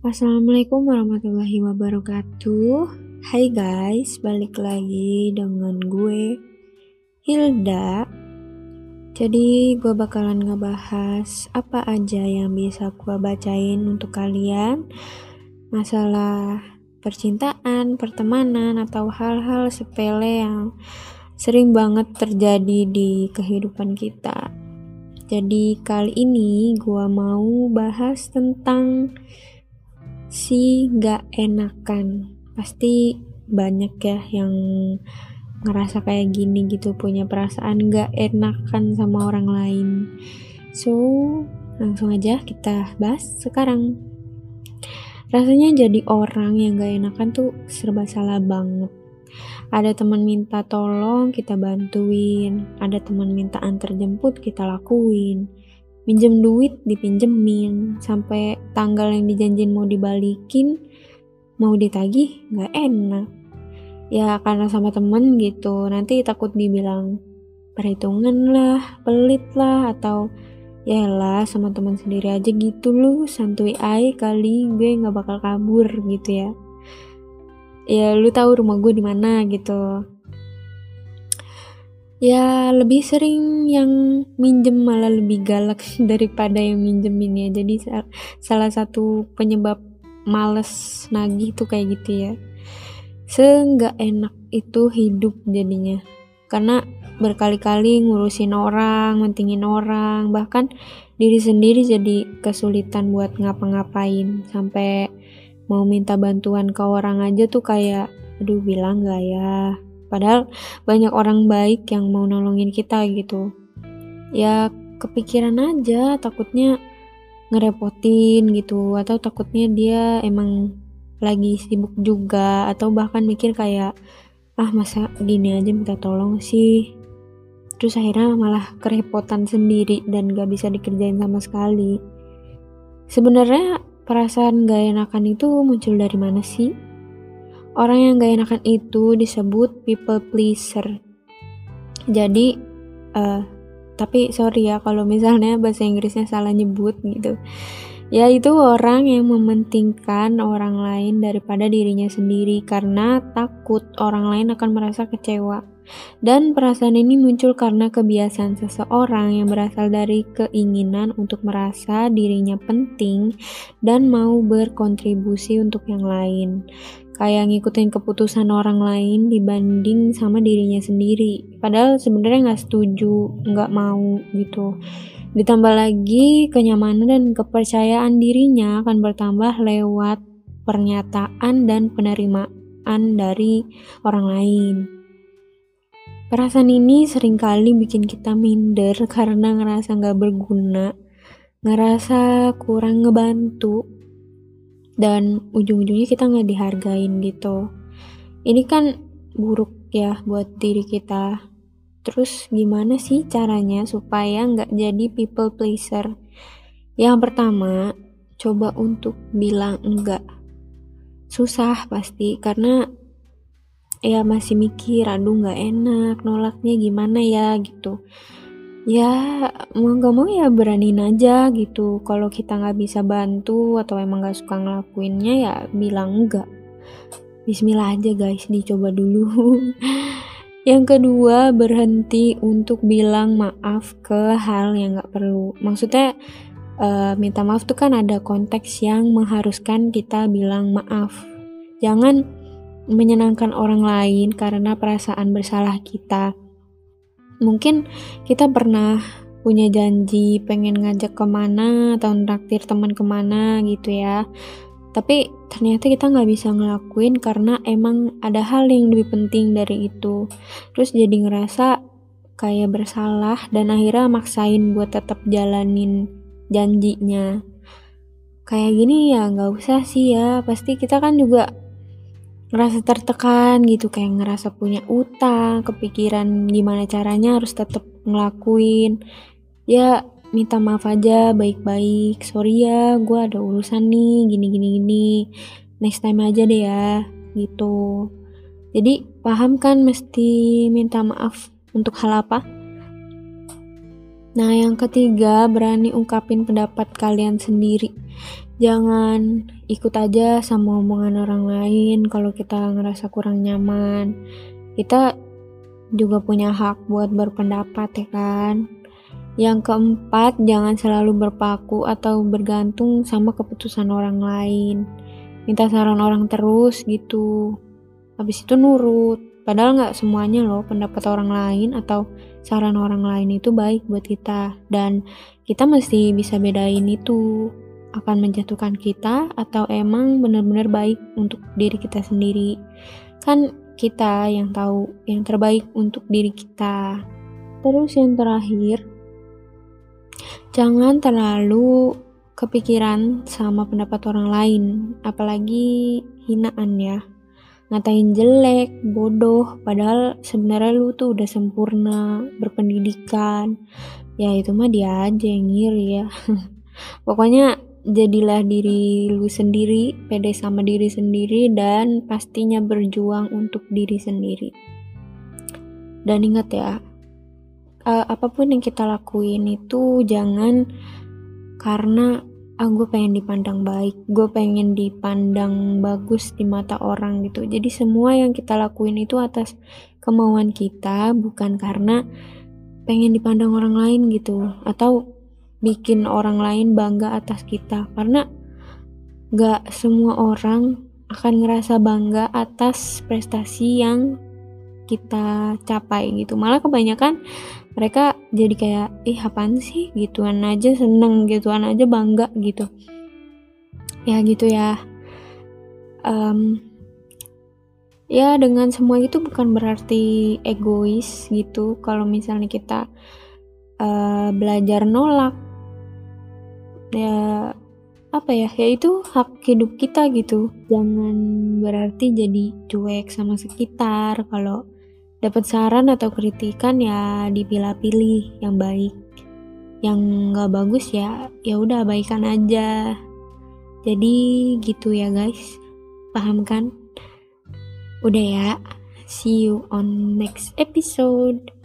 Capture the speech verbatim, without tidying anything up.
Assalamualaikum warahmatullahi wabarakatuh. Hai guys, balik lagi dengan gue Hilda. Jadi gue bakalan ngebahas apa aja yang bisa gue bacain untuk kalian, masalah percintaan, pertemanan, atau hal-hal sepele yang sering banget terjadi di kehidupan kita. Jadi kali ini gue mau bahas tentang si gak enakan. Pasti banyak ya yang ngerasa kayak gini gitu, punya perasaan gak enakan sama orang lain. So langsung aja kita bahas sekarang. Rasanya jadi orang yang gak enakan tuh serba salah banget. Ada teman minta tolong, kita bantuin. Ada teman minta antar jemput, kita lakuin. Minjem duit dipinjemin, sampai tanggal yang dijanjin mau dibalikin, mau ditagih gak enak. Ya karena sama temen gitu, nanti takut dibilang perhitungan lah, pelit lah, atau yaelah sama teman sendiri aja gitu lu, santuy aja kali, gue gak bakal kabur gitu ya. Ya lu tahu rumah gue di mana gitu. Ya lebih sering yang minjem malah lebih galak daripada yang minjemin ya. Jadi salah satu penyebab males nagih tuh kayak gitu ya. Seenggak enak itu hidup jadinya. Karena berkali-kali ngurusin orang, mentingin orang, bahkan diri sendiri jadi kesulitan buat ngapa-ngapain. Sampai mau minta bantuan ke orang aja tuh kayak, aduh bilang gak ya? Padahal banyak orang baik yang mau nolongin kita gitu. Ya kepikiran aja, takutnya ngerepotin gitu, atau takutnya dia emang lagi sibuk juga, atau bahkan mikir kayak, ah masa gini aja minta tolong sih. Terus akhirnya malah kerepotan sendiri dan gak bisa dikerjain sama sekali. Sebenarnya perasaan gak enakan itu muncul dari mana sih? Orang yang gak enakan itu disebut people pleaser. Jadi, uh, tapi sorry ya kalau misalnya bahasa Inggrisnya salah nyebut gitu. Ya itu orang yang mementingkan orang lain daripada dirinya sendiri karena takut orang lain akan merasa kecewa. Dan perasaan ini muncul karena kebiasaan seseorang yang berasal dari keinginan untuk merasa dirinya penting dan mau berkontribusi untuk yang lain. Kayak ngikutin keputusan orang lain dibanding sama dirinya sendiri. Padahal sebenarnya nggak setuju, nggak mau gitu. Ditambah lagi kenyamanan dan kepercayaan dirinya akan bertambah lewat pernyataan dan penerimaan dari orang lain. Perasaan ini seringkali bikin kita minder karena ngerasa nggak berguna, ngerasa kurang ngebantu, dan ujung-ujungnya kita nggak dihargain gitu. Ini kan buruk ya buat diri kita. Terus gimana sih caranya supaya nggak jadi people pleaser? Yang pertama, coba untuk bilang enggak. Susah pasti karena ya masih mikir, aduh nggak enak, nolaknya gimana ya gitu. Ya mau gak mau ya beraniin aja gitu. Kalau kita gak bisa bantu atau emang gak suka ngelakuinnya, ya bilang enggak. Bismillah aja guys, dicoba dulu. Yang kedua, berhenti untuk bilang maaf ke hal yang gak perlu. Maksudnya uh, minta maaf tuh kan ada konteks yang mengharuskan kita bilang maaf. Jangan menyenangkan orang lain karena perasaan bersalah kita. Mungkin kita pernah punya janji pengen ngajak kemana atau nraktir teman kemana gitu ya, tapi ternyata kita gak bisa ngelakuin karena emang ada hal yang lebih penting dari itu. Terus jadi ngerasa kayak bersalah dan akhirnya maksain buat tetap jalanin janjinya. Kayak gini ya gak usah sih ya, pasti kita kan juga ngerasa tertekan gitu, kayak ngerasa punya utang, kepikiran gimana caranya harus tetap ngelakuin. Ya minta maaf aja baik-baik, sorry ya gue ada urusan nih gini-gini-gini, next time aja deh ya gitu. Jadi paham kan mesti minta maaf untuk hal apa? Nah yang ketiga, berani ungkapin pendapat kalian sendiri. Jangan ikut aja sama omongan orang lain kalau kita ngerasa kurang nyaman. Kita juga punya hak buat berpendapat ya kan. Yang keempat, jangan selalu berpaku atau bergantung sama keputusan orang lain. Minta saran orang terus gitu. Habis itu nurut. Padahal gak semuanya loh pendapat orang lain atau saran orang lain itu baik buat kita. Dan kita mesti bisa bedain itu akan menjatuhkan kita atau emang benar-benar baik untuk diri kita sendiri. Kan kita yang tahu yang terbaik untuk diri kita. Terus yang terakhir, jangan terlalu kepikiran sama pendapat orang lain, apalagi hinaan ya. Ngatain jelek, bodoh, padahal sebenarnya lu tuh udah sempurna, berpendidikan. Ya itu mah dia aja yang ngiri ya. Pokoknya jadilah diri lu sendiri, pede sama diri sendiri, dan pastinya berjuang untuk diri sendiri. Dan ingat ya, uh, apapun yang kita lakuin itu jangan karena ah gue pengen dipandang baik, gue pengen dipandang bagus di mata orang gitu. Jadi semua yang kita lakuin itu atas kemauan kita, bukan karena pengen dipandang orang lain gitu, atau bikin orang lain bangga atas kita. Karena gak semua orang akan ngerasa bangga atas prestasi yang kita capai gitu. Malah kebanyakan mereka jadi kayak, ih apaan sih, gituan aja seneng, gituan aja bangga gitu. Ya gitu ya. Um, ya dengan semua itu bukan berarti egois gitu. Kalau misalnya kita uh, belajar nolak, ya apa ya, ya itu hak hidup kita gitu. Jangan berarti jadi cuek sama sekitar. Kalau dapat saran atau kritikan ya dipilah-pilih yang baik, yang nggak bagus ya ya udah abaikan aja. Jadi gitu ya guys, paham kan? Udah ya, see you on next episode.